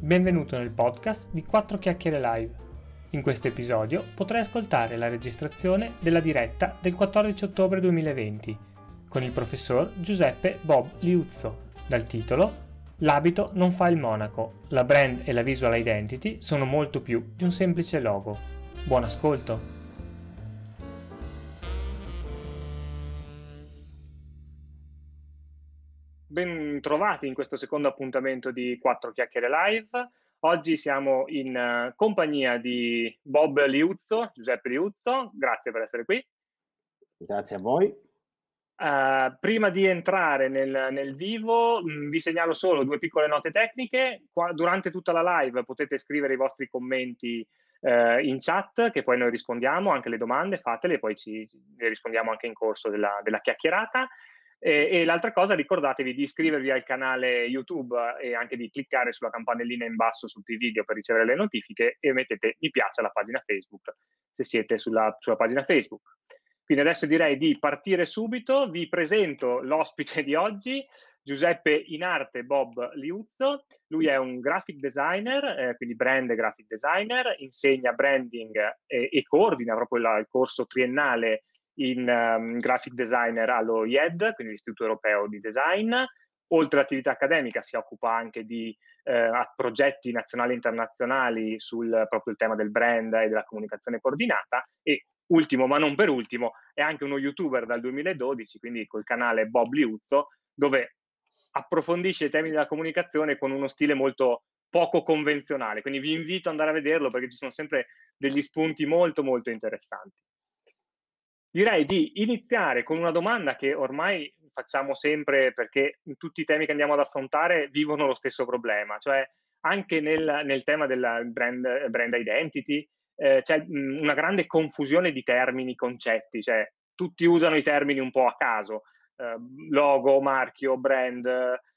Benvenuto nel podcast di 4 Chiacchiere Live. In questo episodio potrai ascoltare la registrazione della diretta del 14 ottobre 2020 con il professor Giuseppe Bob Liuzzo dal titolo L'abito non fa il monaco, la brand e la visual identity sono molto più di un semplice logo. Buon ascolto! Ben trovati in questo secondo appuntamento di 4 Chiacchiere Live. Oggi siamo in compagnia di Bob Liuzzo, Giuseppe Liuzzo. Grazie per essere qui. Grazie a voi. Prima di entrare nel vivo, vi segnalo solo due piccole note tecniche. Durante tutta la live potete scrivere i vostri commenti in chat, che poi noi rispondiamo, anche le domande, fatele, e poi ne rispondiamo anche in corso della chiacchierata. E l'altra cosa, ricordatevi di iscrivervi al canale YouTube e anche di cliccare sulla campanellina in basso sotto i video per ricevere le notifiche e mettete mi piace alla pagina Facebook se siete sulla pagina Facebook. Quindi adesso direi di partire subito. Vi presento l'ospite di oggi, Giuseppe in arte Bob Liuzzo. Lui è un graphic designer, quindi brand e graphic designer, insegna branding e coordina proprio il corso triennale in graphic designer allo IED, quindi l'Istituto Europeo di Design. Oltre all'attività accademica si occupa anche di progetti nazionali e internazionali sul proprio il tema del brand e della comunicazione coordinata e ultimo ma non per ultimo è anche uno youtuber dal 2012, quindi col canale Bob Liuzzo, dove approfondisce i temi della comunicazione con uno stile molto poco convenzionale, quindi vi invito ad andare a vederlo perché ci sono sempre degli spunti molto molto interessanti. Direi di iniziare con una domanda che ormai facciamo sempre perché tutti i temi che andiamo ad affrontare vivono lo stesso problema, cioè anche nel tema della brand identity c'è una grande confusione di termini, concetti, cioè tutti usano i termini un po' a caso, logo, marchio, brand,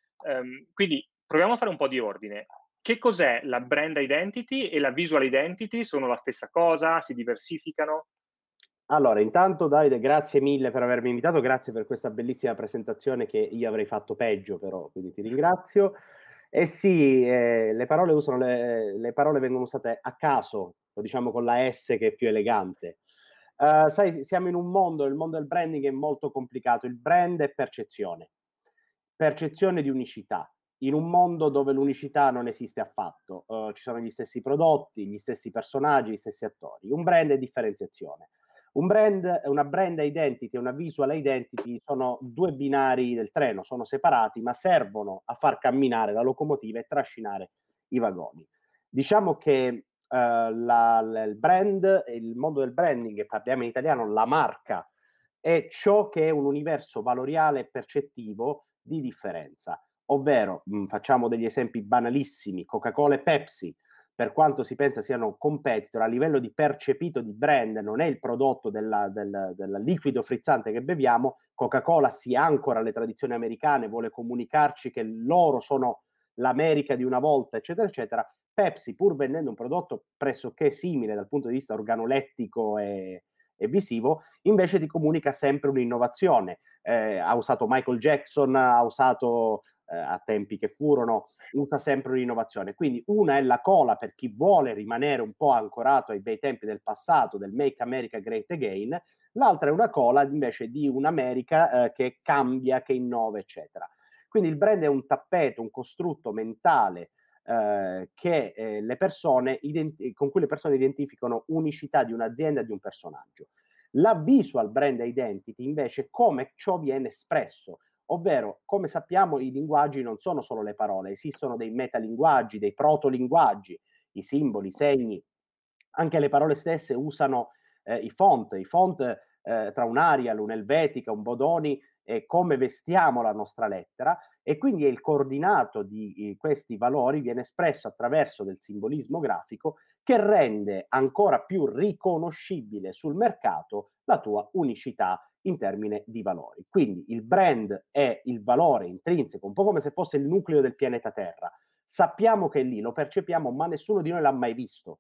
quindi proviamo a fare un po' di ordine. Che cos'è la brand identity e la visual identity? Sono la stessa cosa? Si diversificano? Allora, intanto Davide, grazie mille per avermi invitato, grazie per questa bellissima presentazione che io avrei fatto peggio, però, quindi ti ringrazio. E sì, le parole vengono usate a caso, lo diciamo con la S che è più elegante. Sai, siamo in un mondo, il mondo del branding è molto complicato, il brand è percezione di unicità. In un mondo dove l'unicità non esiste affatto, ci sono gli stessi prodotti, gli stessi personaggi, gli stessi attori. Un brand è differenziazione. Una brand identity e una visual identity sono due binari del treno, sono separati, ma servono a far camminare la locomotiva e trascinare i vagoni. Diciamo che il brand, il mondo del branding, e parliamo in italiano, la marca, è ciò che è un universo valoriale e percettivo di differenza. Ovvero, facciamo degli esempi banalissimi, Coca-Cola e Pepsi, per quanto si pensa siano competitor, a livello di percepito di brand, non è il prodotto del liquido frizzante che beviamo. Coca-Cola si ancora alle tradizioni americane, vuole comunicarci che loro sono l'America di una volta, eccetera, eccetera. Pepsi, pur vendendo un prodotto pressoché simile dal punto di vista organolettico e visivo, invece ti comunica sempre un'innovazione. Ha usato Michael Jackson, ha usato a tempi che furono, usa sempre un'innovazione. Quindi una è la cola per chi vuole rimanere un po' ancorato ai bei tempi del passato, del Make America Great Again, l'altra è una cola invece di un'America che cambia, che innova, eccetera. Quindi il brand è un tappeto, un costrutto mentale che le persone con cui le persone identificano unicità di un'azienda e di un personaggio. La visual brand identity invece è come ciò viene espresso, ovvero, come sappiamo, i linguaggi non sono solo le parole, esistono dei metalinguaggi, dei protolinguaggi, i simboli, i segni, anche le parole stesse usano i font tra un Arial, un'Elvetica, un Bodoni, come vestiamo la nostra lettera, e quindi il coordinato di questi valori viene espresso attraverso del simbolismo grafico che rende ancora più riconoscibile sul mercato la tua unicità in termini di valori. Quindi il brand è il valore intrinseco, un po' come se fosse il nucleo del pianeta Terra. Sappiamo che è lì, lo percepiamo, ma nessuno di noi l'ha mai visto.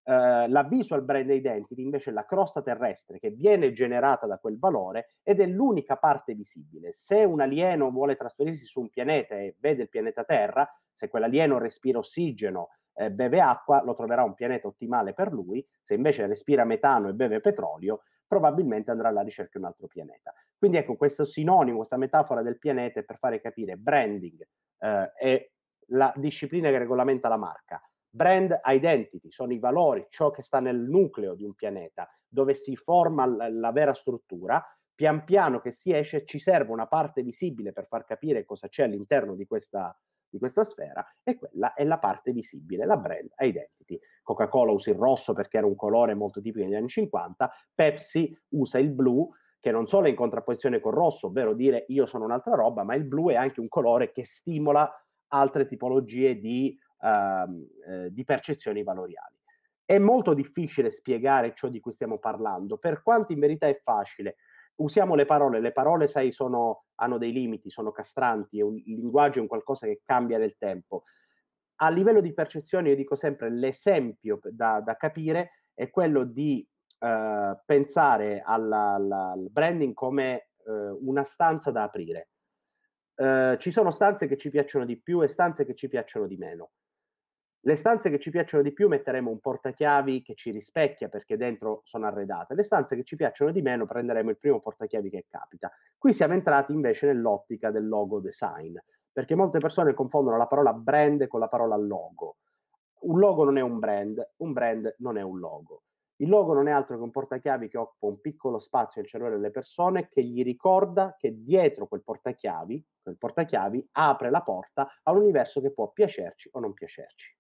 La visual brand identity invece è la crosta terrestre che viene generata da quel valore ed è l'unica parte visibile. Se un alieno vuole trasferirsi su un pianeta e vede il pianeta Terra, se quell'alieno respira ossigeno, beve acqua, lo troverà un pianeta ottimale per lui. Se invece respira metano e beve petrolio, probabilmente andrà alla ricerca di un altro pianeta. Quindi ecco, questo sinonimo, questa metafora del pianeta è per fare capire branding è la disciplina che regolamenta la marca. Brand identity sono i valori, ciò che sta nel nucleo di un pianeta, dove si forma la vera struttura. Pian piano che si esce ci serve una parte visibile per far capire cosa c'è all'interno di questa sfera, e quella è la parte visibile, la brand identity. Coca-Cola usa il rosso perché era un colore molto tipico negli anni 50, Pepsi usa il blu, che non solo è in contrapposizione col rosso, ovvero dire io sono un'altra roba, ma il blu è anche un colore che stimola altre tipologie di percezioni valoriali. È molto difficile spiegare ciò di cui stiamo parlando, per quanto in verità è facile. Usiamo le parole sai hanno dei limiti, sono castranti, il linguaggio è un qualcosa che cambia nel tempo. A livello di percezione io dico sempre l'esempio da capire è quello di pensare al branding come una stanza da aprire. Ci sono stanze che ci piacciono di più e stanze che ci piacciono di meno. Le stanze che ci piacciono di più metteremo un portachiavi che ci rispecchia perché dentro sono arredate. Le stanze che ci piacciono di meno prenderemo il primo portachiavi che capita. Qui siamo entrati invece nell'ottica del logo design, perché molte persone confondono la parola brand con la parola logo. Un logo non è un brand non è un logo. Il logo non è altro che un portachiavi che occupa un piccolo spazio nel cervello delle persone, che gli ricorda che dietro quel portachiavi apre la porta a un universo che può piacerci o non piacerci.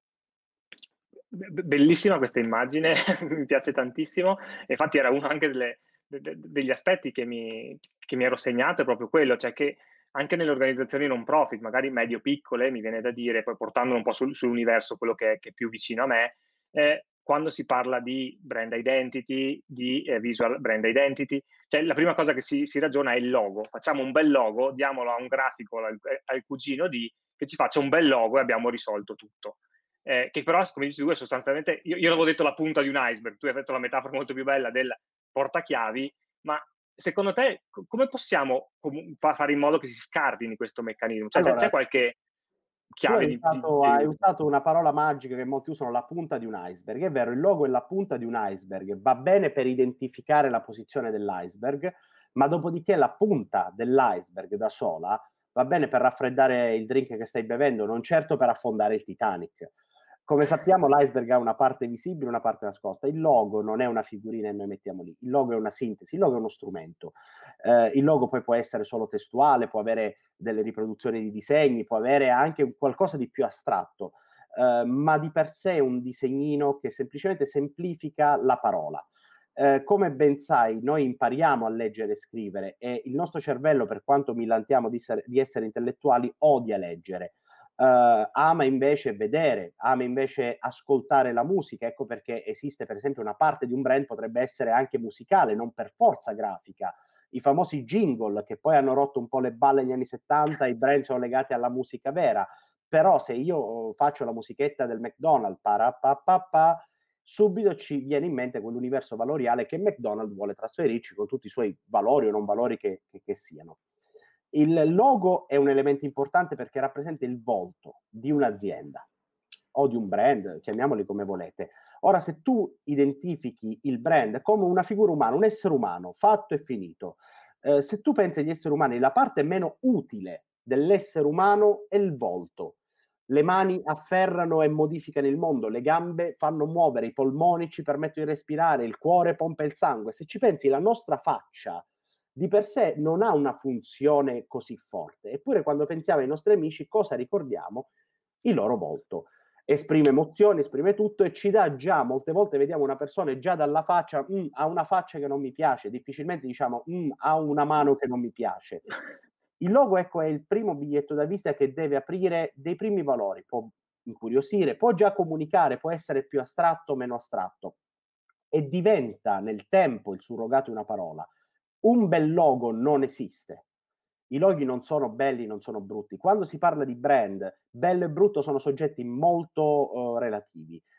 Bellissima questa immagine, mi piace tantissimo. Infatti era uno anche degli aspetti che mi ero segnato, è proprio quello, cioè che anche nelle organizzazioni non profit, magari medio-piccole, mi viene da dire, poi portandolo un po' sull'universo, quello che è più vicino a me, quando si parla di brand identity, di visual brand identity, cioè la prima cosa che si ragiona è il logo. Facciamo un bel logo, diamolo a un grafico, al cugino che ci faccia un bel logo e abbiamo risolto tutto. Che però, come dici tu, è sostanzialmente, io avevo detto la punta di un iceberg, tu hai detto la metafora molto più bella del portachiavi, ma secondo te come possiamo fare in modo che si scardini questo meccanismo? Cioè, Allora, c'è qualche tu chiave hai usato una parola magica che molti usano, la punta di un iceberg. È vero, il logo è la punta di un iceberg, va bene per identificare la posizione dell'iceberg, ma dopodiché la punta dell'iceberg da sola va bene per raffreddare il drink che stai bevendo, non certo per affondare il Titanic. Come sappiamo, l'iceberg ha una parte visibile e una parte nascosta. Il logo non è una figurina e noi mettiamo lì, il logo è una sintesi, il logo è uno strumento. Il logo poi può essere solo testuale, può avere delle riproduzioni di disegni, può avere anche qualcosa di più astratto, ma di per sé è un disegnino che semplicemente semplifica la parola. Come ben sai, noi impariamo a leggere e scrivere e il nostro cervello, per quanto millantiamo di essere intellettuali, odia leggere. Ama invece vedere, ama invece ascoltare la musica. Ecco perché esiste, per esempio, una parte di un brand potrebbe essere anche musicale, non per forza grafica. I famosi jingle che poi hanno rotto un po' le balle negli anni 70, i brand sono legati alla musica vera. Però se io faccio la musichetta del McDonald's, subito ci viene in mente quell'universo valoriale che McDonald's vuole trasferirci con tutti i suoi valori o non valori che siano. Il logo è un elemento importante perché rappresenta il volto di un'azienda o di un brand, chiamiamoli come volete. Ora, se tu identifichi il brand come una figura umana, un essere umano fatto e finito, se tu pensi agli esseri umani, la parte meno utile dell'essere umano è il volto. Le mani afferrano e modificano il mondo, le gambe fanno muovere, i polmoni ci permettono di respirare, il cuore pompa il sangue. Se ci pensi, la nostra faccia di per sé non ha una funzione così forte. Eppure quando pensiamo ai nostri amici, cosa ricordiamo? Il loro volto. Esprime emozioni, esprime tutto e ci dà già, molte volte vediamo una persona e già dalla faccia, ha una faccia che non mi piace, difficilmente diciamo, ha una mano che non mi piace. Il logo, ecco, è il primo biglietto da visita che deve aprire dei primi valori, può incuriosire, può già comunicare, può essere più astratto o meno astratto e diventa nel tempo il surrogato di una parola. Un bel logo non esiste. I loghi non sono belli, non sono brutti. Quando si parla di brand, bello e brutto sono soggetti molto relativi.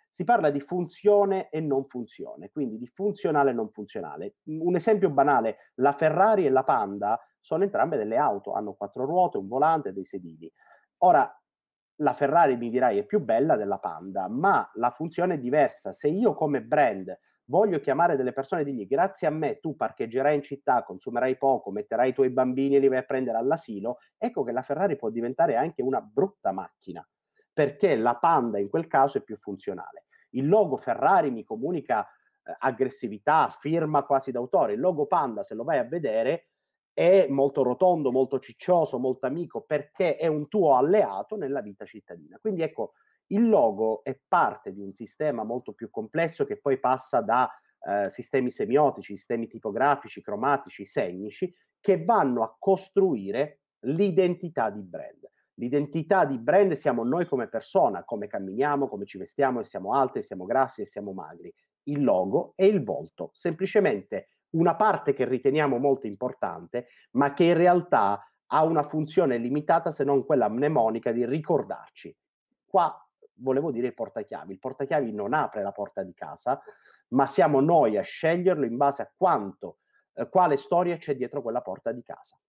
Si parla di funzione e non funzione, quindi di funzionale e non funzionale. Un esempio banale, la Ferrari e la Panda sono entrambe delle auto, hanno 4 ruote, un volante e dei sedili. Ora, la Ferrari mi dirai è più bella della Panda, ma la funzione è diversa. Se io come brand voglio chiamare delle persone e dirgli grazie a me tu parcheggerai in città, consumerai poco, metterai i tuoi bambini e li vai a prendere all'asilo, ecco che la Ferrari può diventare anche una brutta macchina, perché la Panda in quel caso è più funzionale. Il logo Ferrari mi comunica aggressività, firma quasi d'autore. Il logo Panda, se lo vai a vedere, è molto rotondo, molto ciccioso, molto amico, perché è un tuo alleato nella vita cittadina. Quindi ecco, il logo è parte di un sistema molto più complesso che poi passa da sistemi semiotici, sistemi tipografici, cromatici, segnici, che vanno a costruire l'identità di brand. L'identità di brand siamo noi come persona, come camminiamo, come ci vestiamo, e siamo alti, e siamo grassi, e siamo magri. Il logo è il volto, semplicemente una parte che riteniamo molto importante, ma che in realtà ha una funzione limitata, se non quella mnemonica di ricordarci. Qua volevo dire il portachiavi. Il portachiavi non apre la porta di casa, ma siamo noi a sceglierlo in base a quale storia c'è dietro quella porta di casa.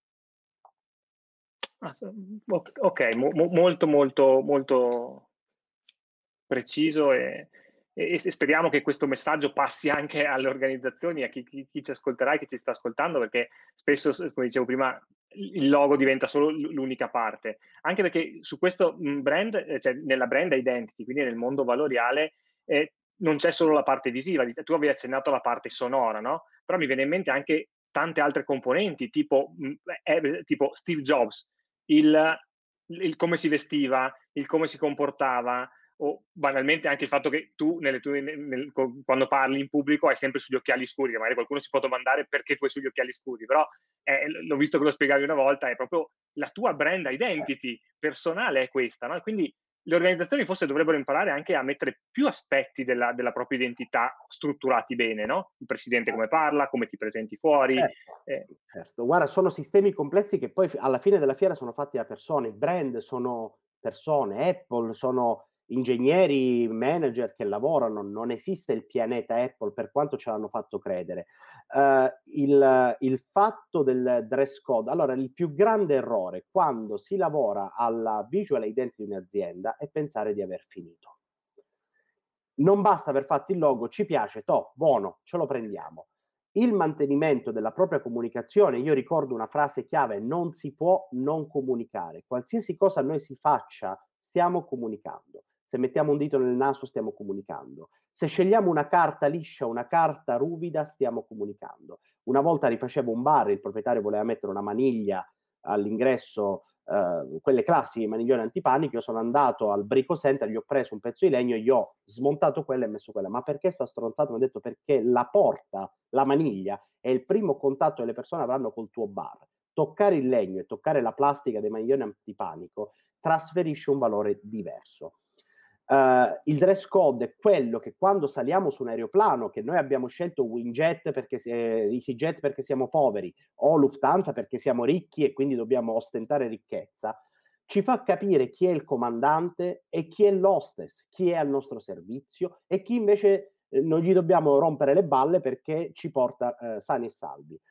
Ok, molto molto molto preciso e speriamo che questo messaggio passi anche alle organizzazioni, a chi ci ascolterà e chi ci sta ascoltando, perché spesso, come dicevo prima, il logo diventa solo l'unica parte. Anche perché su questo brand, cioè nella brand identity, quindi nel mondo valoriale, non c'è solo la parte visiva. Tu avevi accennato alla parte sonora, no? Però mi viene in mente anche tante altre componenti, tipo Steve Jobs, il come si vestiva, il come si comportava, o banalmente anche il fatto che tu quando parli in pubblico hai sempre sugli occhiali scuri, che magari qualcuno si può domandare perché tu hai sugli occhiali scuri, però l'ho visto che lo spiegavi una volta, è proprio la tua brand identity personale è questa, no? Quindi le organizzazioni forse dovrebbero imparare anche a mettere più aspetti della propria identità strutturati bene, no? Il presidente come parla, come ti presenti fuori. Certo. Guarda, sono sistemi complessi che poi alla fine della fiera sono fatti da persone, i brand sono persone, Apple sono ingegneri, manager che lavorano, non esiste il pianeta Apple per quanto ce l'hanno fatto credere. Il fatto del dress code, allora il più grande errore quando si lavora alla visual identity di un'azienda è pensare di aver finito. Non basta aver fatto il logo, ci piace, buono, ce lo prendiamo. Il mantenimento della propria comunicazione, io ricordo una frase chiave, non si può non comunicare. Qualsiasi cosa noi si faccia, stiamo comunicando. Se mettiamo un dito nel naso, stiamo comunicando. Se scegliamo una carta liscia, una carta ruvida, stiamo comunicando. Una volta rifacevo un bar, il proprietario voleva mettere una maniglia all'ingresso, quelle classiche maniglione antipanico, io sono andato al Brico Center, gli ho preso un pezzo di legno, gli ho smontato quella e messo quella. Ma perché sta stronzato? Mi ha detto perché la porta, la maniglia, è il primo contatto che le persone avranno col tuo bar. Toccare il legno e toccare la plastica dei maglioni antipanico trasferisce un valore diverso. Il dress code è quello che quando saliamo su un aeroplano, che noi abbiamo scelto WinJet EasyJet perché siamo poveri, o Lufthansa perché siamo ricchi e quindi dobbiamo ostentare ricchezza, ci fa capire chi è il comandante e chi è l'hostess, chi è al nostro servizio e chi invece non gli dobbiamo rompere le balle perché ci porta sani e salvi.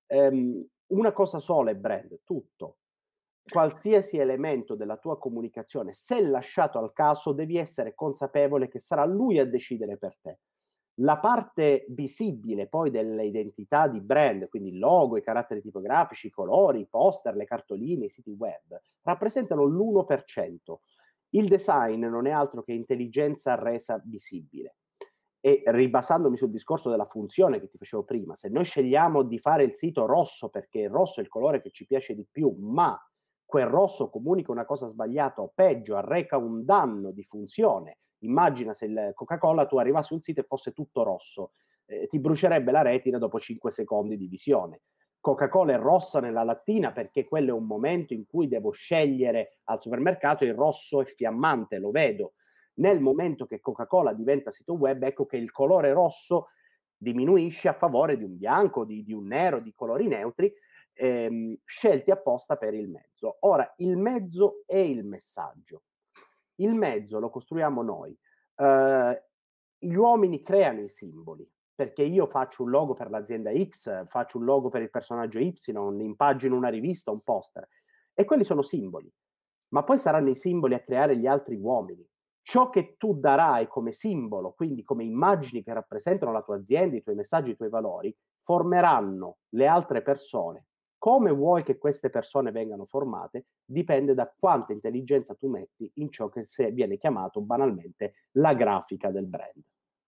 Una cosa sola è brand, tutto. Qualsiasi elemento della tua comunicazione, se lasciato al caso, devi essere consapevole che sarà lui a decidere per te. La parte visibile poi delle identità di brand, quindi il logo, i caratteri tipografici, i colori, i poster, le cartoline, i siti web, rappresentano l'1%. Il design non è altro che intelligenza resa visibile. E ribasandomi sul discorso della funzione che ti facevo prima, se noi scegliamo di fare il sito rosso perché il rosso è il colore che ci piace di più, ma quel rosso comunica una cosa sbagliata o peggio, arreca un danno di funzione. Immagina se il Coca-Cola tu arrivassi sul sito e fosse tutto rosso, ti brucierebbe la retina dopo 5 secondi di visione. Coca-Cola è rossa nella lattina perché quello è un momento in cui devo scegliere al supermercato, il rosso è fiammante, lo vedo. Nel momento che Coca-Cola diventa sito web, ecco che il colore rosso diminuisce a favore di un bianco, di un nero, di colori neutri, scelti apposta per il mezzo. Ora, il mezzo è il messaggio. Il mezzo lo costruiamo noi. Gli uomini creano i simboli, perché io faccio un logo per l'azienda X, faccio un logo per il personaggio Y, impagino una rivista, un poster, e quelli sono simboli, ma poi saranno i simboli a creare gli altri uomini. Ciò che tu darai come simbolo, quindi come immagini che rappresentano la tua azienda, i tuoi messaggi, i tuoi valori, formeranno le altre persone. Come vuoi che queste persone vengano formate dipende da quanta intelligenza tu metti in ciò che viene chiamato banalmente la grafica del brand.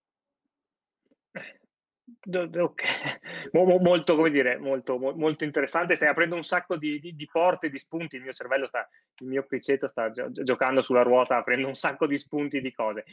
Ok, molto, come dire, molto interessante. Stai aprendo un sacco di porte, di spunti. Il mio criceto sta giocando sulla ruota, aprendo un sacco di spunti di cose.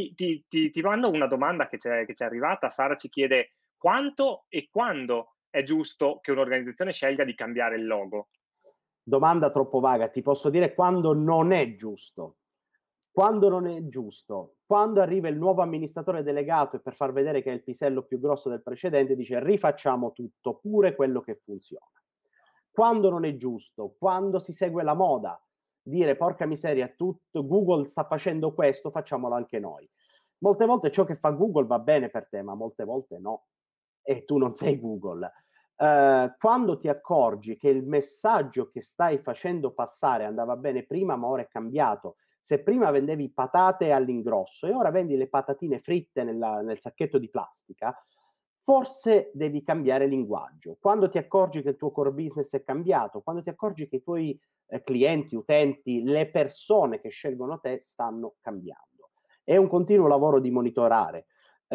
Ti mando una domanda che ci è arrivata. Sara ci chiede quanto e quando è giusto che un'organizzazione scelga di cambiare il logo. Domanda troppo vaga, ti posso dire quando non è giusto. Quando non è giusto, quando arriva il nuovo amministratore delegato e per far vedere che è il pisello più grosso del precedente dice rifacciamo tutto, pure quello che funziona. Quando non è giusto, quando si segue la moda, dire porca miseria, tutto Google sta facendo questo, facciamolo anche noi. Molte volte ciò che fa Google va bene per te, ma molte volte no. E tu non sei Google. Quando ti accorgi che il messaggio che stai facendo passare andava bene prima, ma ora è cambiato. Se prima vendevi patate all'ingrosso e ora vendi le patatine fritte nel sacchetto di plastica, forse devi cambiare linguaggio. Quando ti accorgi che il tuo core business è cambiato, quando ti accorgi che i tuoi clienti, utenti, le persone che scelgono te stanno cambiando. È un continuo lavoro di monitorare.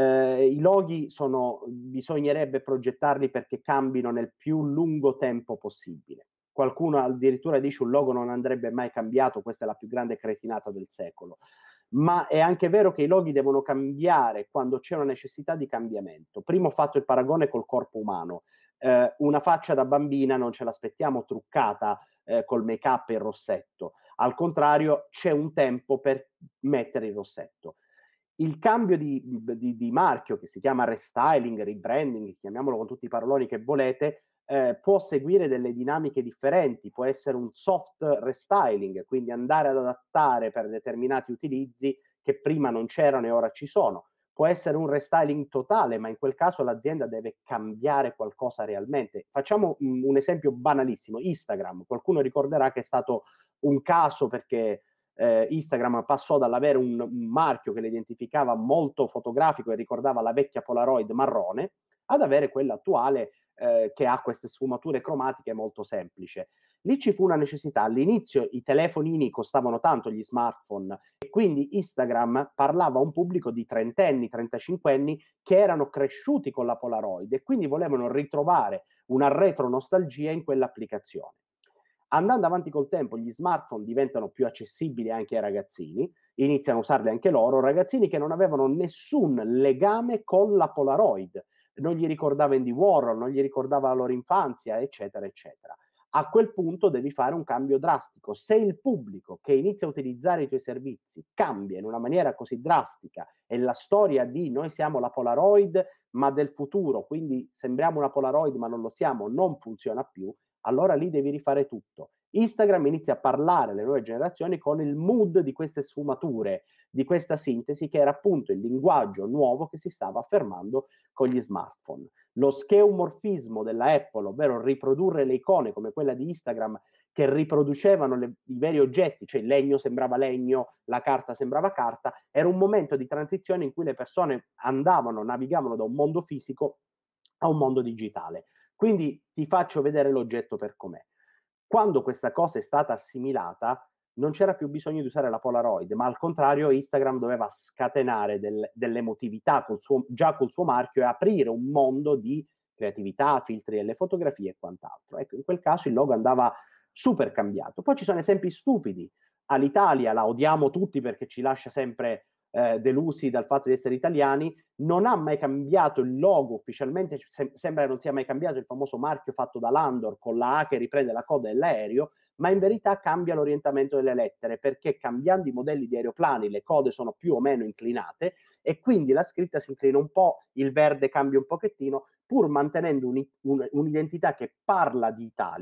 I loghi bisognerebbe progettarli perché cambino nel più lungo tempo possibile. Qualcuno addirittura dice un logo non andrebbe mai cambiato, questa è la più grande cretinata del secolo. Ma è anche vero che i loghi devono cambiare quando c'è una necessità di cambiamento. Prima ho fatto il paragone col corpo umano. Una faccia da bambina non ce l'aspettiamo truccata col make-up e il rossetto. Al contrario, c'è un tempo per mettere il rossetto. Il cambio di marchio, che si chiama restyling, rebranding, chiamiamolo con tutti i paroloni che volete, può seguire delle dinamiche differenti, può essere un soft restyling, quindi andare ad adattare per determinati utilizzi che prima non c'erano e ora ci sono. Può essere un restyling totale, ma in quel caso l'azienda deve cambiare qualcosa realmente. Facciamo un esempio banalissimo, Instagram. Qualcuno ricorderà che è stato un caso perché Instagram passò dall'avere un marchio che le identificava molto fotografico e ricordava la vecchia Polaroid marrone ad avere quella attuale che ha queste sfumature cromatiche molto semplice. Lì ci fu una necessità. All'inizio i telefonini costavano tanto, gli smartphone, e quindi Instagram parlava a un pubblico di trentenni, trentacinquenni che erano cresciuti con la Polaroid e quindi volevano ritrovare una retro nostalgia in quell'applicazione. Andando avanti col tempo, gli smartphone diventano più accessibili anche ai ragazzini, iniziano a usarli anche loro, ragazzini che non avevano nessun legame con la Polaroid, non gli ricordava Andy Warhol, non gli ricordava la loro infanzia, eccetera, eccetera. A quel punto devi fare un cambio drastico. Se il pubblico che inizia a utilizzare i tuoi servizi cambia in una maniera così drastica e la storia di noi siamo la Polaroid ma del futuro, quindi sembriamo una Polaroid ma non lo siamo, non funziona più, allora lì devi rifare tutto. Instagram inizia a parlare alle nuove generazioni con il mood di queste sfumature, di questa sintesi che era appunto il linguaggio nuovo che si stava affermando con gli smartphone. Lo scheomorfismo della Apple, ovvero riprodurre le icone come quella di Instagram che riproducevano i veri oggetti, cioè il legno sembrava legno, la carta sembrava carta, era un momento di transizione in cui le persone navigavano da un mondo fisico a un mondo digitale. Quindi ti faccio vedere l'oggetto per com'è. Quando questa cosa è stata assimilata, non c'era più bisogno di usare la Polaroid, ma al contrario Instagram doveva scatenare dell'emotività già col suo marchio e aprire un mondo di creatività, filtri delle fotografie e quant'altro. Ecco, in quel caso il logo andava super cambiato. Poi ci sono esempi stupidi. All'Italia la odiamo tutti perché ci lascia sempre delusi dal fatto di essere italiani, non ha mai cambiato il logo ufficialmente, sembra che non sia mai cambiato il famoso marchio fatto da Landor con la A che riprende la coda dell'aereo, ma in verità cambia l'orientamento delle lettere perché cambiando i modelli di aeroplani le code sono più o meno inclinate e quindi la scritta si inclina un po', il verde cambia un pochettino, pur mantenendo un'identità che parla di Italia,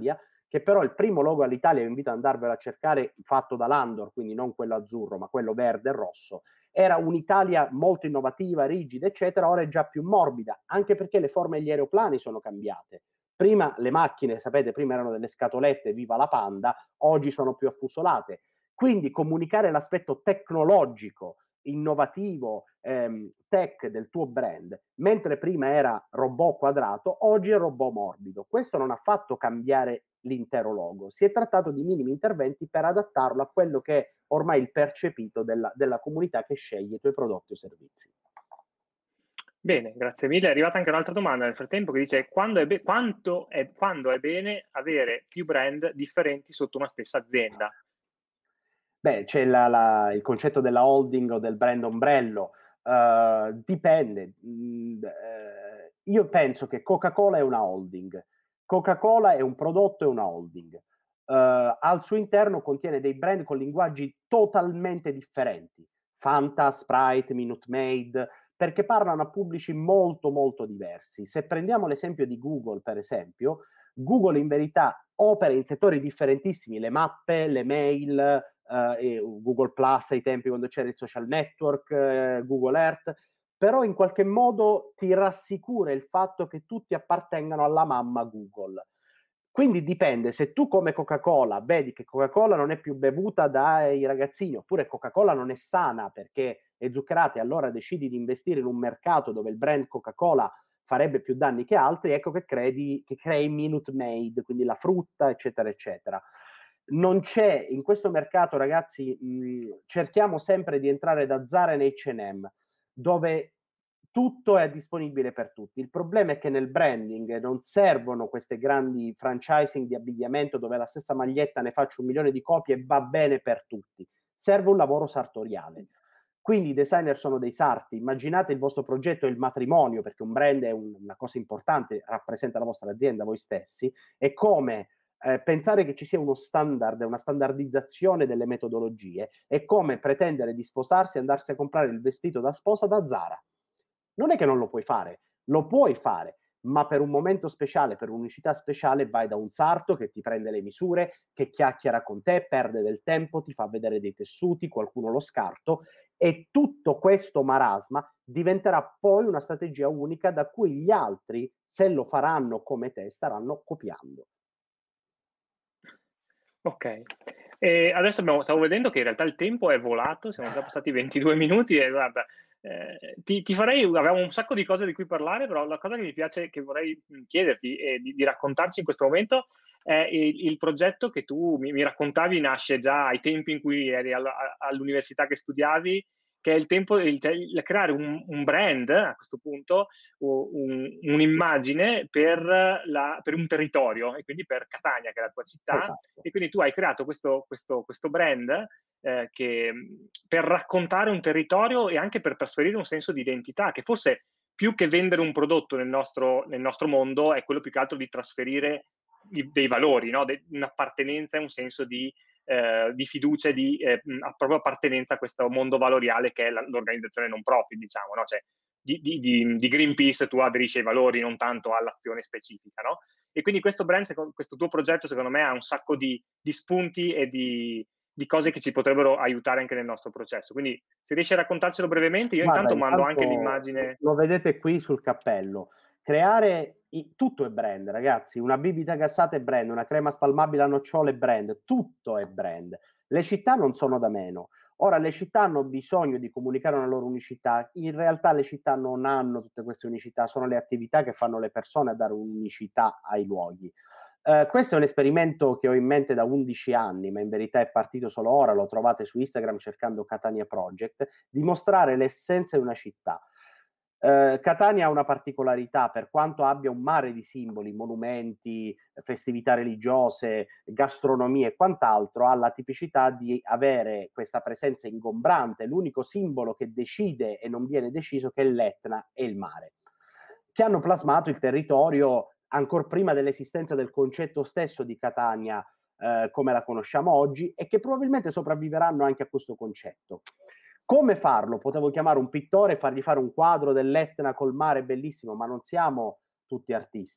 che però il primo logo all'Italia, vi invito ad andarvelo a cercare, fatto da Landor, quindi non quello azzurro, ma quello verde e rosso, era un'Italia molto innovativa, rigida, eccetera, ora è già più morbida, anche perché le forme degli aeroplani sono cambiate. Prima le macchine, sapete, prima erano delle scatolette, viva la Panda, oggi sono più affusolate. Quindi comunicare l'aspetto tecnologico, innovativo, tech del tuo brand, mentre prima era robot quadrato, oggi è robot morbido. Questo non ha fatto cambiare l'intero logo, si è trattato di minimi interventi per adattarlo a quello che è ormai il percepito della comunità che sceglie i tuoi prodotti o servizi. Bene, grazie mille. È arrivata anche un'altra domanda nel frattempo che dice quando è bene avere più brand differenti sotto una stessa azienda? Beh, c'è il concetto della holding o del brand ombrello, dipende. Io penso che Coca-Cola è una holding. Coca-Cola è un prodotto e una holding. Al suo interno contiene dei brand con linguaggi totalmente differenti. Fanta, Sprite, Minute Maid, perché parlano a pubblici molto molto diversi. Se prendiamo l'esempio di Google, per esempio, Google in verità opera in settori differentissimi, le mappe, le mail, Google Plus ai tempi quando c'era il social network, Google Earth, però in qualche modo ti rassicura il fatto che tutti appartengano alla mamma Google. Quindi dipende, se tu come Coca-Cola vedi che Coca-Cola non è più bevuta dai ragazzini, oppure Coca-Cola non è sana perché è zuccherata e allora decidi di investire in un mercato dove il brand Coca-Cola farebbe più danni che altri, ecco che crei Minute Maid, quindi la frutta, eccetera, eccetera. Non c'è in questo mercato, ragazzi, cerchiamo sempre di entrare da Zara e H&M, dove tutto è disponibile per tutti. Il problema è che nel branding non servono queste grandi franchising di abbigliamento dove la stessa maglietta ne faccio 1 milione di copie e va bene per tutti. Serve un lavoro sartoriale. Quindi i designer sono dei sarti. Immaginate il vostro progetto è il matrimonio, perché un brand è una cosa importante, rappresenta la vostra azienda, voi stessi, è come pensare che ci sia uno standard, una standardizzazione delle metodologie, è come pretendere di sposarsi e andarsi a comprare il vestito da sposa da Zara. Non è che non lo puoi fare, lo puoi fare, ma per un momento speciale, per un'unicità speciale, vai da un sarto che ti prende le misure, che chiacchiera con te, perde del tempo, ti fa vedere dei tessuti, qualcuno lo scarto, e tutto questo marasma diventerà poi una strategia unica da cui gli altri, se lo faranno come te, staranno copiando. Ok. E adesso stavo vedendo che in realtà il tempo è volato, siamo già passati 22 minuti e guarda, ti farei, avevamo un sacco di cose di cui parlare, però la cosa che mi piace, che vorrei chiederti e di raccontarci in questo momento è il progetto che tu mi raccontavi nasce già ai tempi in cui eri all'università che studiavi, che è il tempo, cioè, creare un brand a questo punto, un'immagine per un territorio e quindi per Catania, che è la tua città, Esatto. e quindi tu hai creato questo brand per raccontare un territorio e anche per trasferire un senso di identità, che forse più che vendere un prodotto nel nostro mondo è quello più che altro di trasferire dei valori, no? Un'appartenenza e un senso di fiducia e di proprio appartenenza a questo mondo valoriale che è l'organizzazione non profit, diciamo, no? Cioè, di Greenpeace tu aderisci ai valori, non tanto all'azione specifica, no? E quindi questo brand, questo tuo progetto, secondo me, ha un sacco di spunti e di cose che ci potrebbero aiutare anche nel nostro processo. Quindi, se riesci a raccontarcelo brevemente, io Guarda, intanto mando anche intanto l'immagine. lo vedete qui sul cappello. Creare tutto è brand, ragazzi. Una bibita gassata è brand, una crema spalmabile a nocciole è brand, tutto è brand. Le città non sono da meno. Ora, le città hanno bisogno di comunicare una loro unicità. In realtà le città non hanno tutte queste unicità, sono le attività che fanno le persone a dare unicità ai luoghi. Questo è un esperimento che ho in mente da 11 anni, ma in verità è partito solo ora, lo trovate su Instagram cercando Catania Project, di mostrare l'essenza di una città. Catania ha una particolarità, per quanto abbia un mare di simboli, monumenti, festività religiose, gastronomia e quant'altro, ha la tipicità di avere questa presenza ingombrante, l'unico simbolo che decide e non viene deciso che è l'Etna e il mare, che hanno plasmato il territorio ancor prima dell'esistenza del concetto stesso di Catania come la conosciamo oggi e che probabilmente sopravviveranno anche a questo concetto. Come farlo? Potevo chiamare un pittore e fargli fare un quadro dell'Etna col mare bellissimo, ma non siamo tutti artisti.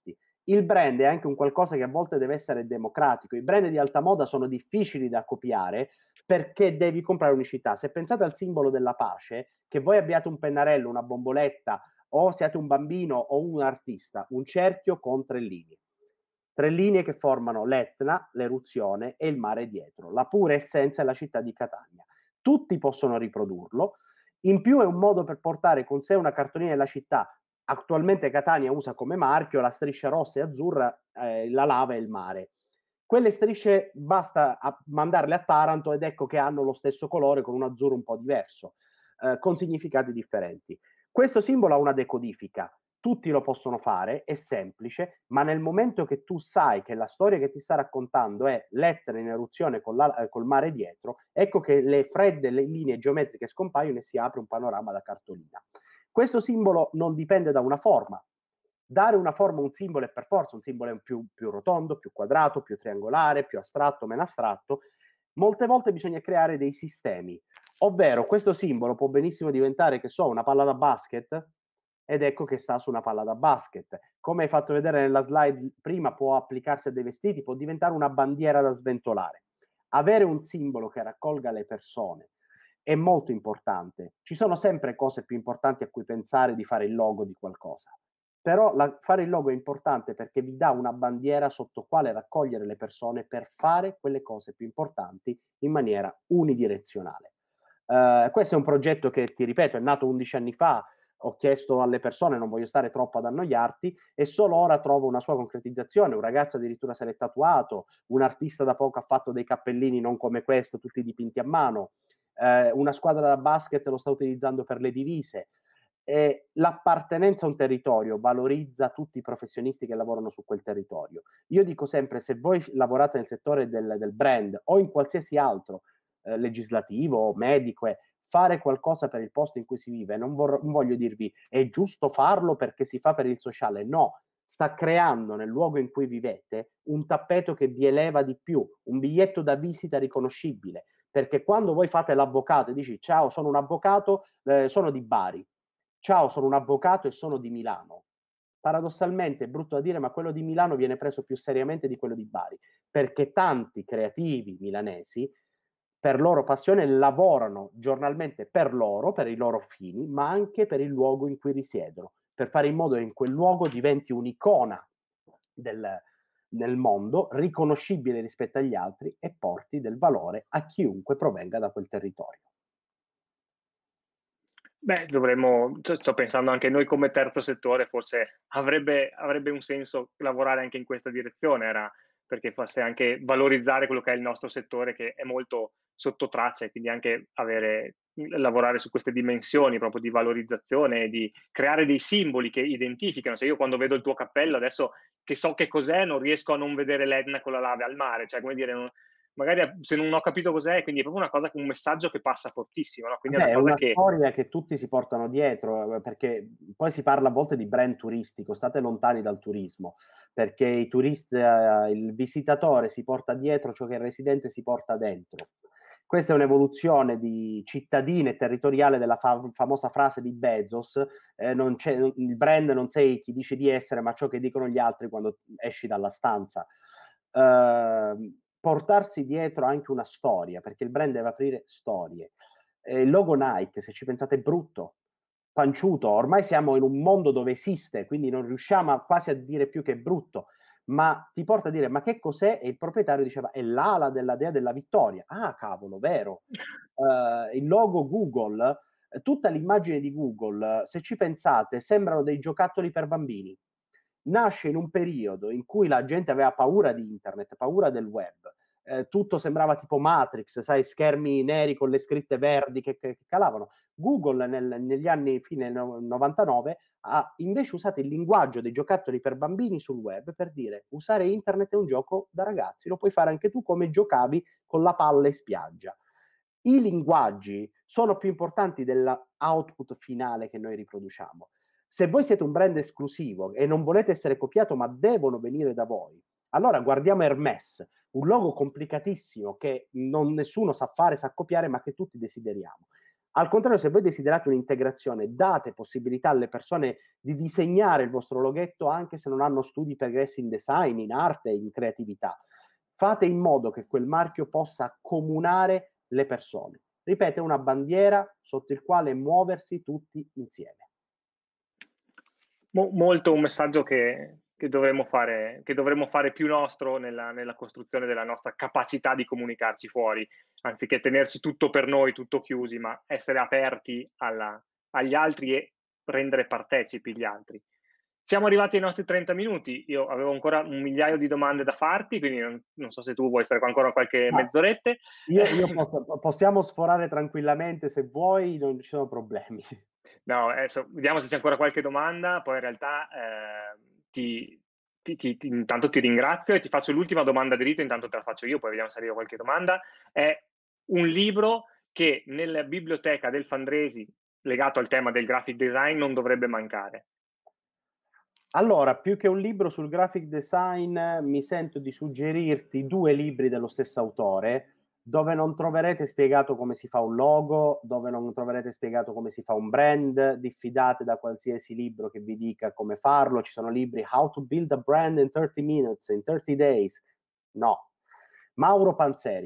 Il brand è anche un qualcosa che a volte deve essere democratico. I brand di alta moda sono difficili da copiare perché devi comprare unicità. Se pensate al simbolo della pace, che voi abbiate un pennarello, una bomboletta, o siate un bambino o un artista, un cerchio con 3 linee. 3 linee che formano l'Etna, l'eruzione e il mare dietro. La pura essenza è la città di Catania. Tutti possono riprodurlo. In più è un modo per portare con sé una cartolina della città. Attualmente Catania usa come marchio la striscia rossa e azzurra, la lava e il mare. Quelle strisce basta mandarle a Taranto ed ecco che hanno lo stesso colore con un azzurro un po' diverso, con significati differenti. Questo simbolo ha una decodifica, tutti lo possono fare, è semplice, ma nel momento che tu sai che la storia che ti sta raccontando è l'Etna in eruzione col mare dietro, ecco che le fredde le linee geometriche scompaiono e si apre un panorama da cartolina. Questo simbolo non dipende da una forma. Dare una forma a un simbolo è per forza, un simbolo è più rotondo, più quadrato, più triangolare, più astratto, meno astratto. Molte volte bisogna creare dei sistemi, ovvero questo simbolo può benissimo diventare, che so, una palla da basket, ed ecco che sta su una palla da basket. Come hai fatto vedere nella slide prima, può applicarsi a dei vestiti, può diventare una bandiera da sventolare. Avere un simbolo che raccolga le persone è molto importante. Ci sono sempre cose più importanti a cui pensare di fare il logo di qualcosa. Però fare il logo è importante perché vi dà una bandiera sotto quale raccogliere le persone per fare quelle cose più importanti in maniera unidirezionale. Questo è un progetto che, ti ripeto, è nato 11 anni fa. Ho chiesto alle persone, non voglio stare troppo ad annoiarti, e solo ora trovo una sua concretizzazione. Un ragazzo addirittura se l'è tatuato, un artista da poco ha fatto dei cappellini non come questo, tutti dipinti a mano, una squadra da basket lo sta utilizzando per le divise. L'appartenenza a un territorio valorizza tutti i professionisti che lavorano su quel territorio. Io dico sempre, se voi lavorate nel settore del brand o in qualsiasi altro, legislativo, medico, fare qualcosa per il posto in cui si vive, non voglio dirvi è giusto farlo perché si fa per il sociale, no, sta creando nel luogo in cui vivete un tappeto che vi eleva di più, un biglietto da visita riconoscibile, perché quando voi fate l'avvocato e dici ciao, sono un avvocato, sono di Bari, ciao, sono un avvocato e sono di Milano. Paradossalmente è brutto da dire, ma quello di Milano viene preso più seriamente di quello di Bari, perché tanti creativi milanesi, per loro passione, lavorano giornalmente per loro, per i loro fini, ma anche per il luogo in cui risiedono, per fare in modo che in quel luogo diventi un'icona nel mondo, riconoscibile rispetto agli altri e porti del valore a chiunque provenga da quel territorio. Beh, sto pensando anche noi come terzo settore, forse avrebbe un senso lavorare anche in questa direzione, perché fosse anche valorizzare quello che è il nostro settore, che è molto sotto traccia, e quindi anche lavorare su queste dimensioni proprio di valorizzazione e di creare dei simboli che identificano. Se io quando vedo il tuo cappello, adesso che so che cos'è, non riesco a non vedere l'Etna con la lava al mare, cioè come dire, magari se non ho capito cos'è, quindi è proprio una cosa, un messaggio che passa fortissimo, no? Quindi è Beh, una è cosa una che storia che tutti si portano dietro, perché poi si parla a volte di brand turistico, state lontani dal turismo, perché il visitatore si porta dietro ciò che il residente si porta dentro. Questa è un'evoluzione di cittadina e territoriale della famosa frase di Bezos, il brand non sei chi dice di essere, ma ciò che dicono gli altri quando esci dalla stanza. Portarsi dietro anche una storia, perché il brand deve aprire storie. Il logo Nike, se ci pensate, è brutto, panciuto. Ormai siamo in un mondo dove esiste, quindi non riusciamo quasi a dire più che è brutto, ma ti porta a dire ma che cos'è? E il proprietario diceva è l'ala della dea della vittoria. Ah, cavolo, vero. Il logo Google, tutta l'immagine di Google, se ci pensate, sembrano dei giocattoli per bambini. Nasce in un periodo in cui la gente aveva paura di internet, paura del web, tutto sembrava tipo Matrix, sai, schermi neri con le scritte verdi che calavano. Google negli anni fine 99 ha invece usato il linguaggio dei giocattoli per bambini sul web per dire usare internet è un gioco da ragazzi, lo puoi fare anche tu come giocavi con la palla in spiaggia. I linguaggi sono più importanti dell'output finale che noi riproduciamo. Se voi siete un brand esclusivo e non volete essere copiato ma devono venire da voi, allora guardiamo Hermès, un logo complicatissimo che nessuno sa fare, sa copiare, ma che tutti desideriamo. Al contrario, se voi desiderate un'integrazione, date possibilità alle persone di disegnare il vostro loghetto anche se non hanno studi pregressi in design, in arte, in creatività. Fate in modo che quel marchio possa accomunare le persone. Ripeto, è una bandiera sotto il quale muoversi tutti insieme. Molto un messaggio che dovremmo fare più nostro nella costruzione della nostra capacità di comunicarci fuori, anziché tenersi tutto per noi, tutto chiusi, ma essere aperti agli altri e rendere partecipi gli altri. Siamo arrivati ai nostri 30 minuti, io avevo ancora un migliaio di domande da farti, quindi non so se tu vuoi stare qua ancora qualche No, mezz'orette. possiamo sforare tranquillamente se vuoi, non ci sono problemi. No, adesso vediamo se c'è ancora qualche domanda, poi in realtà intanto ti ringrazio e ti faccio l'ultima domanda di rito, intanto te la faccio io, poi vediamo se arriva qualche domanda. È un libro che nella biblioteca del Fandresi, legato al tema del graphic design, non dovrebbe mancare. Allora, più che un libro sul graphic design, mi sento di suggerirti 2 libri dello stesso autore, dove non troverete spiegato come si fa un logo, dove non troverete spiegato come si fa un brand. Diffidate da qualsiasi libro che vi dica come farlo. Ci sono libri How to build a brand in 30 minutes, in 30 days. No. Mauro Panzeri.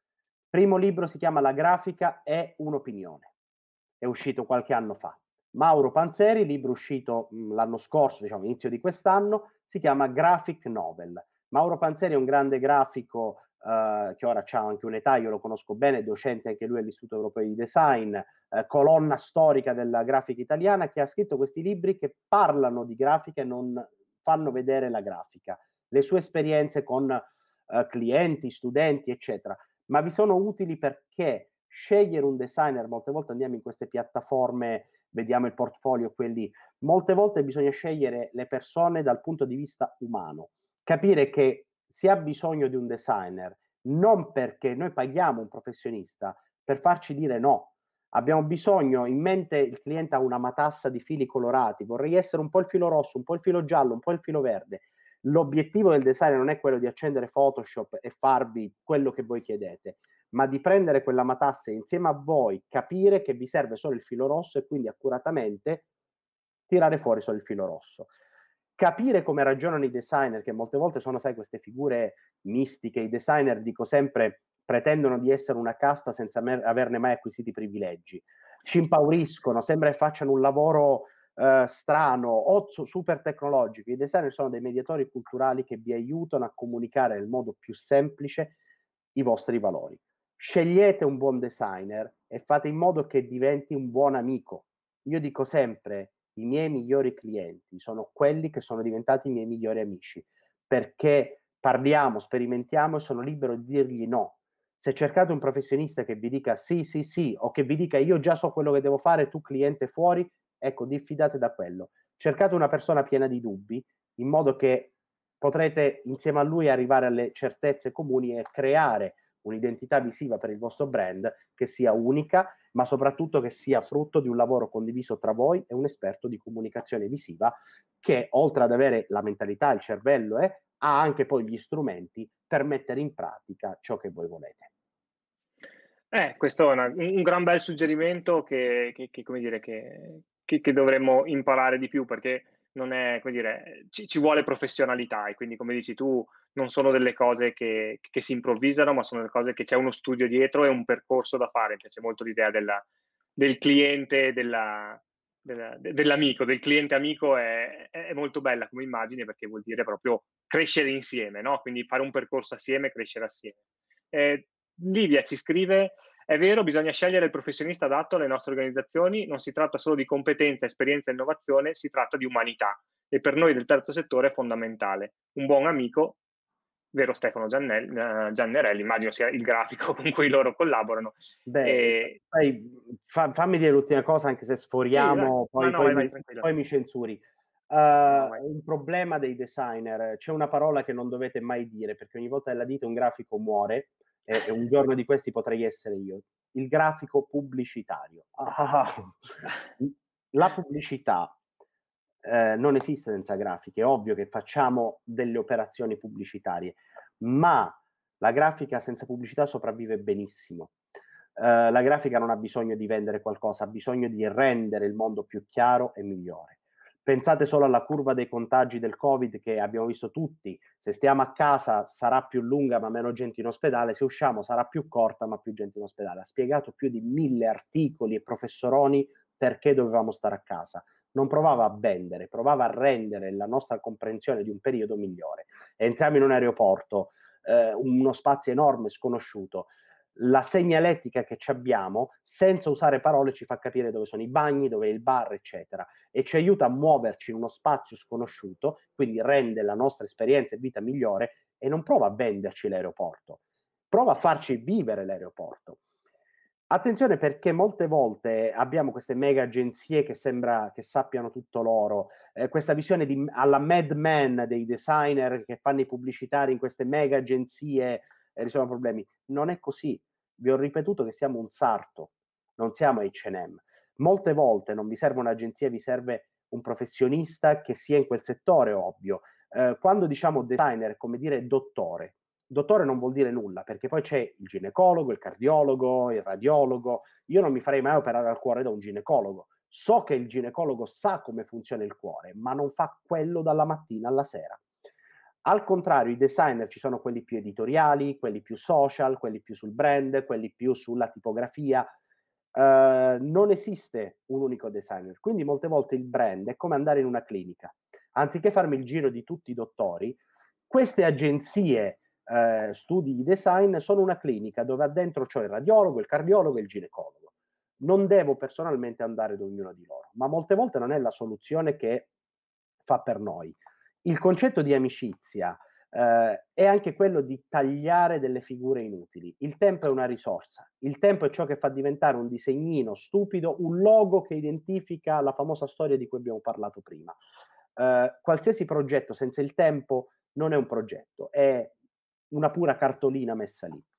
Primo libro si chiama La grafica è un'opinione. È uscito qualche anno fa. Mauro Panzeri, libro uscito l'anno scorso, diciamo inizio di quest'anno, si chiama Graphic Novel. Mauro Panzeri è un grande grafico che ora ha anche un'età, io lo conosco bene, docente anche lui all'Istituto Europeo di Design, colonna storica della grafica italiana, che ha scritto questi libri che parlano di grafica e non fanno vedere la grafica, le sue esperienze con clienti, studenti, eccetera, ma vi sono utili perché scegliere un designer, molte volte andiamo in queste piattaforme, vediamo il portfolio, quelli, molte volte bisogna scegliere le persone dal punto di vista umano, capire che si ha bisogno di un designer, non perché noi paghiamo un professionista per farci dire no. Abbiamo bisogno, in mente il cliente ha una matassa di fili colorati, vorrei essere un po' il filo rosso, un po' il filo giallo, un po' il filo verde. L'obiettivo del designer non è quello di accendere Photoshop e farvi quello che voi chiedete, ma di prendere quella matassa e insieme a voi capire che vi serve solo il filo rosso e quindi accuratamente tirare fuori solo il filo rosso. Capire come ragionano i designer, che molte volte sono, sai, queste figure mistiche, i designer, dico sempre, pretendono di essere una casta senza averne mai acquisiti privilegi. Ci impauriscono, sembra che facciano un lavoro strano o super tecnologico. I designer sono dei mediatori culturali che vi aiutano a comunicare nel modo più semplice i vostri valori. Scegliete un buon designer e fate in modo che diventi un buon amico. Io dico sempre, i miei migliori clienti sono quelli che sono diventati i miei migliori amici, perché parliamo, sperimentiamo e sono libero di dirgli no. Se cercate un professionista che vi dica sì, sì, sì, o che vi dica io già so quello che devo fare, tu cliente fuori, ecco, diffidate da quello. Cercate una persona piena di dubbi, in modo che potrete insieme a lui arrivare alle certezze comuni e creare un'identità visiva per il vostro brand che sia unica, ma soprattutto che sia frutto di un lavoro condiviso tra voi e un esperto di comunicazione visiva che, oltre ad avere la mentalità, il cervello, ha anche poi gli strumenti per mettere in pratica ciò che voi volete. Questo è un gran bel suggerimento come dire, che dovremmo imparare di più, perché non è, come dire, ci vuole professionalità e quindi, come dici tu, non sono delle cose che si improvvisano, ma sono delle cose che c'è uno studio dietro e un percorso da fare. Mi piace molto l'idea del cliente, dell'amico, del cliente amico è molto bella come immagine, perché vuol dire proprio crescere insieme, no? Quindi fare un percorso assieme, crescere assieme. Livia ci scrive: è vero, bisogna scegliere il professionista adatto alle nostre organizzazioni, non si tratta solo di competenza, esperienza e innovazione, si tratta di umanità e per noi del terzo settore è fondamentale. Un buon amico, vero Stefano Giannerelli, immagino sia il grafico con cui loro collaborano. Beh, fammi dire l'ultima cosa, anche se sforiamo, sì, vai, poi mi censuri. Vai. Un problema dei designer, c'è una parola che non dovete mai dire, perché ogni volta che la dite un grafico muore, e un giorno di questi potrei essere io. Il grafico pubblicitario. La pubblicità non esiste senza grafiche, è ovvio che facciamo delle operazioni pubblicitarie, ma la grafica senza pubblicità sopravvive benissimo. La grafica non ha bisogno di vendere qualcosa, ha bisogno di rendere il mondo più chiaro e migliore. Pensate solo alla curva dei contagi del Covid che abbiamo visto tutti. Se stiamo a casa sarà più lunga ma meno gente in ospedale, se usciamo sarà più corta ma più gente in ospedale. Ha spiegato più di 1000 articoli e professoroni perché dovevamo stare a casa. Non provava a vendere, provava a rendere la nostra comprensione di un periodo migliore. Entriamo in un aeroporto, uno spazio enorme, sconosciuto. La segnaletica che ci abbiamo, senza usare parole, ci fa capire dove sono i bagni, dove è il bar, eccetera, e ci aiuta a muoverci in uno spazio sconosciuto, quindi rende la nostra esperienza e vita migliore e non prova a venderci l'aeroporto, prova a farci vivere l'aeroporto. Attenzione perché molte volte abbiamo queste mega agenzie che sembra che sappiano tutto loro, questa visione alla Mad Men dei designer che fanno i pubblicitari in queste mega agenzie e risolvono problemi. Non è così. Vi ho ripetuto che siamo un sarto, non siamo H&M. Molte volte non vi serve un'agenzia, vi serve un professionista che sia in quel settore, ovvio. Quando diciamo designer è come dire dottore. Dottore non vuol dire nulla, perché poi c'è il ginecologo, il cardiologo, il radiologo. Io non mi farei mai operare al cuore da un ginecologo. So che il ginecologo sa come funziona il cuore, ma non fa quello dalla mattina alla sera. Al contrario, i designer ci sono quelli più editoriali, quelli più social, quelli più sul brand, quelli più sulla tipografia. Non esiste un unico designer, quindi molte volte il brand è come andare in una clinica. Anziché farmi il giro di tutti i dottori, queste agenzie studi di design sono una clinica dove dentro c'ho il radiologo, il cardiologo e il ginecologo. Non devo personalmente andare da ognuno di loro, ma molte volte non è la soluzione che fa per noi. Il concetto di amicizia è anche quello di tagliare delle figure inutili. Il tempo è una risorsa, il tempo è ciò che fa diventare un disegnino stupido, un logo che identifica la famosa storia di cui abbiamo parlato prima. Qualsiasi progetto senza il tempo non è un progetto, è una pura cartolina messa lì.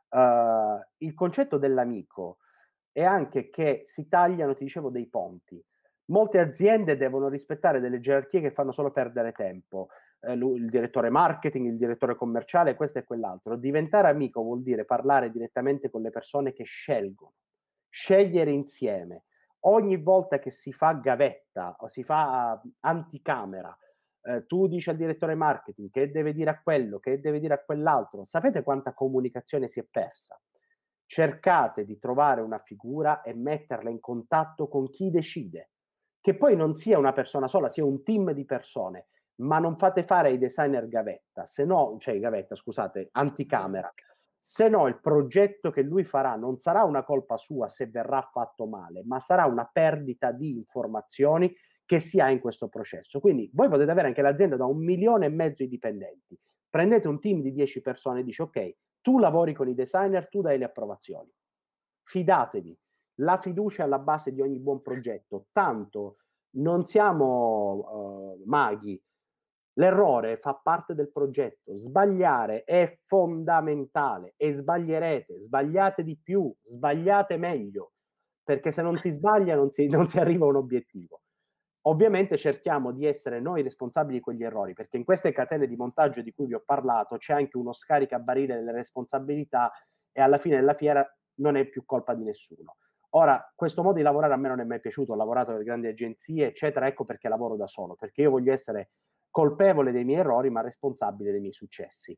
Il concetto dell'amico è anche che si tagliano, ti dicevo, dei ponti. Molte aziende devono rispettare delle gerarchie che fanno solo perdere tempo. Il direttore marketing, il direttore commerciale, questo e quell'altro. Diventare amico vuol dire parlare direttamente con le persone che scelgono, scegliere insieme. Ogni volta che si fa gavetta o si fa anticamera, tu dici al direttore marketing che deve dire a quello, che deve dire a quell'altro. Sapete quanta comunicazione si è persa? Cercate di trovare una figura e metterla in contatto con chi decide, che poi non sia una persona sola, sia un team di persone, ma non fate fare ai designer gavetta, se no, cioè gavetta, scusate, anticamera, se no il progetto che lui farà non sarà una colpa sua se verrà fatto male, ma sarà una perdita di informazioni che si ha in questo processo. Quindi voi potete avere anche l'azienda da 1,5 milioni di dipendenti, prendete un team di 10 persone e dici ok, tu lavori con i designer, tu dai le approvazioni. Fidatevi, la fiducia è alla base di ogni buon progetto, tanto non siamo maghi. L'errore fa parte del progetto, sbagliare è fondamentale e sbaglierete, sbagliate di più, sbagliate meglio, perché se non si sbaglia non si arriva a un obiettivo. Ovviamente cerchiamo di essere noi responsabili di quegli errori, perché in queste catene di montaggio di cui vi ho parlato c'è anche uno scaricabarile delle responsabilità e alla fine della fiera non è più colpa di nessuno. Ora, questo modo di lavorare a me non è mai piaciuto, ho lavorato per grandi agenzie, eccetera, ecco perché lavoro da solo, perché io voglio essere colpevole dei miei errori, ma responsabile dei miei successi.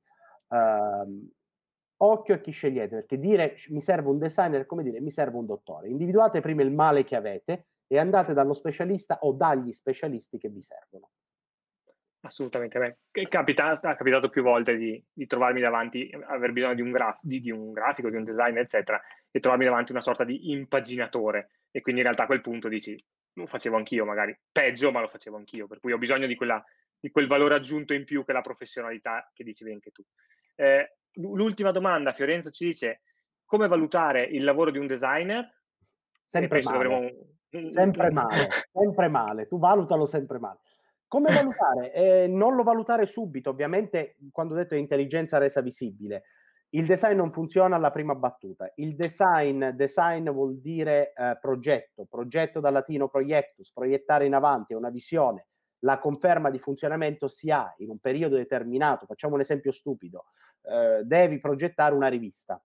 Occhio a chi scegliete, perché dire mi serve un designer è come dire mi serve un dottore. Individuate prima il male che avete e andate dallo specialista o dagli specialisti che vi servono. Assolutamente, a me è capitato più volte di trovarmi davanti, aver bisogno di un grafico, di un design, eccetera, e trovarmi davanti una sorta di impaginatore. E quindi in realtà a quel punto dici, lo facevo anch'io magari, peggio, ma lo facevo anch'io, per cui ho bisogno di quel valore aggiunto in più che la professionalità che dicevi anche tu. L'ultima domanda, Fiorenzo ci dice, come valutare il lavoro di un designer? E Sempre penso che male, avremo sempre male, sempre male. Tu valutalo sempre male. Come valutare? Non lo valutare subito, ovviamente, quando ho detto intelligenza resa visibile. Il design non funziona alla prima battuta. Il design vuol dire progetto dal latino proiectus, proiettare in avanti, è una visione. La conferma di funzionamento si ha in un periodo determinato. Facciamo un esempio stupido. Devi progettare una rivista.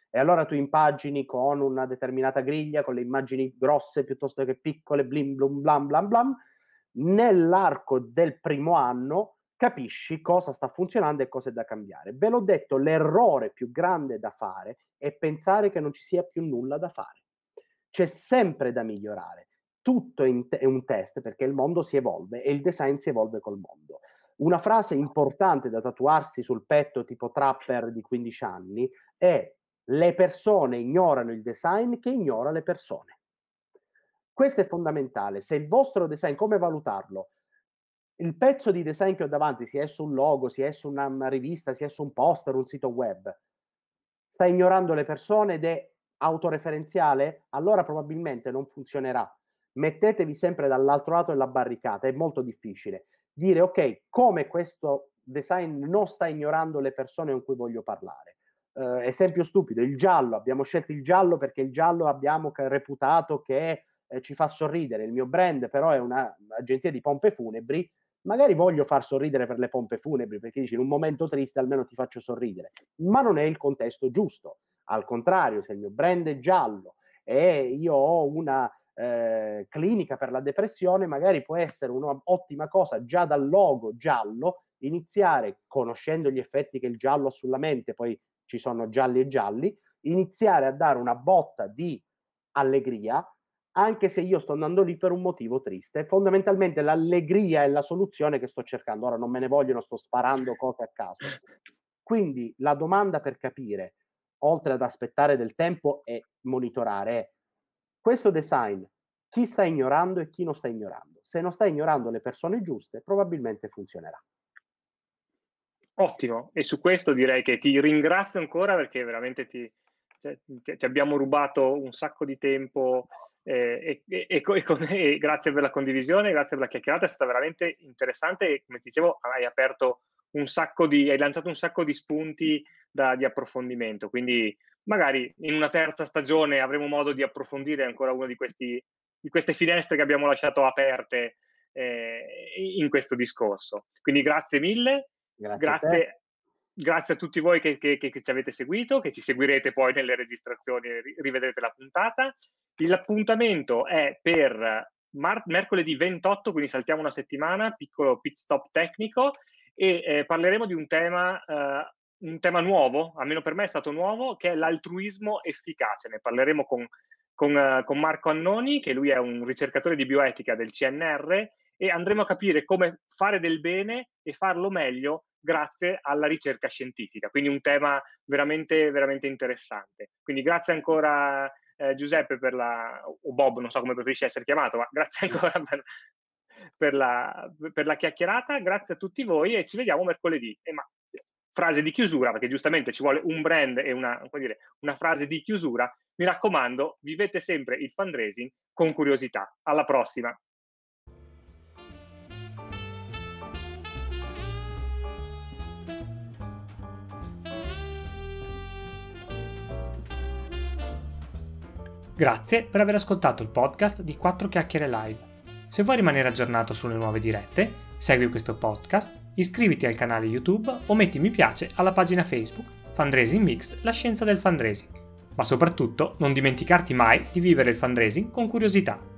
E allora tu impagini con una determinata griglia, con le immagini grosse piuttosto che piccole, blim blum blam blam blam. Nell'arco del primo anno capisci cosa sta funzionando e cosa è da cambiare. Ve l'ho detto, l'errore più grande da fare è pensare che non ci sia più nulla da fare. C'è sempre da migliorare. Tutto è un test, perché il mondo si evolve e il design si evolve col mondo. Una frase importante da tatuarsi sul petto, tipo trapper di 15 anni, è: le persone ignorano il design che ignora le persone. Questo è fondamentale. Se il vostro design, come valutarlo? Il pezzo di design che ho davanti, sia esso un logo, sia esso una rivista, sia esso un poster, un sito web, sta ignorando le persone ed è autoreferenziale? Allora probabilmente non funzionerà. Mettetevi sempre dall'altro lato della barricata, è molto difficile. Dire, ok, come questo design non sta ignorando le persone con cui voglio parlare. Esempio stupido, il giallo. Abbiamo scelto il giallo perché il giallo abbiamo reputato che ci fa sorridere. Il mio brand però è un'agenzia di pompe funebri. Magari voglio far sorridere per le pompe funebri, perché dici in un momento triste almeno ti faccio sorridere, ma non è il contesto giusto. Al contrario, se il mio brand è giallo e io ho una clinica per la depressione, magari può essere un'ottima cosa già dal logo giallo iniziare, conoscendo gli effetti che il giallo ha sulla mente, poi ci sono gialli e gialli, iniziare a dare una botta di allegria, anche se io sto andando lì per un motivo triste. Fondamentalmente l'allegria è la soluzione che sto cercando. Ora non me ne vogliono, sto sparando cose a caso. Quindi la domanda per capire, oltre ad aspettare del tempo e monitorare, è: questo design chi sta ignorando e chi non sta ignorando? Se non sta ignorando le persone giuste, probabilmente funzionerà. Ottimo, e su questo direi che ti ringrazio ancora, perché veramente ti abbiamo rubato un sacco di tempo, e grazie per la condivisione, grazie per la chiacchierata, è stata veramente interessante e, come ti dicevo, hai lanciato un sacco di spunti di approfondimento, quindi magari in una terza stagione avremo modo di approfondire ancora una di queste finestre che abbiamo lasciato aperte in questo discorso. Quindi grazie mille. Grazie a tutti voi che ci avete seguito, che ci seguirete poi nelle registrazioni e rivedrete la puntata. L'appuntamento è per mercoledì 28, quindi saltiamo una settimana, piccolo pit stop tecnico, e parleremo di un tema nuovo, almeno per me è stato nuovo, che è l'altruismo efficace. Ne parleremo con Marco Annoni, che lui è un ricercatore di bioetica del CNR, e andremo a capire come fare del bene e farlo meglio grazie alla ricerca scientifica. Quindi un tema veramente, veramente interessante. Quindi grazie ancora Giuseppe o Bob, non so come preferisci essere chiamato, ma grazie ancora per la chiacchierata. Grazie a tutti voi e ci vediamo mercoledì. Frase di chiusura, perché giustamente ci vuole un brand e una frase di chiusura. Mi raccomando, vivete sempre il fundraising con curiosità. Alla prossima! Grazie per aver ascoltato il podcast di 4 Chiacchiere Live. Se vuoi rimanere aggiornato sulle nuove dirette, segui questo podcast, iscriviti al canale YouTube o metti mi piace alla pagina Facebook Fundraising Mix, la scienza del fundraising. Ma soprattutto non dimenticarti mai di vivere il fundraising con curiosità.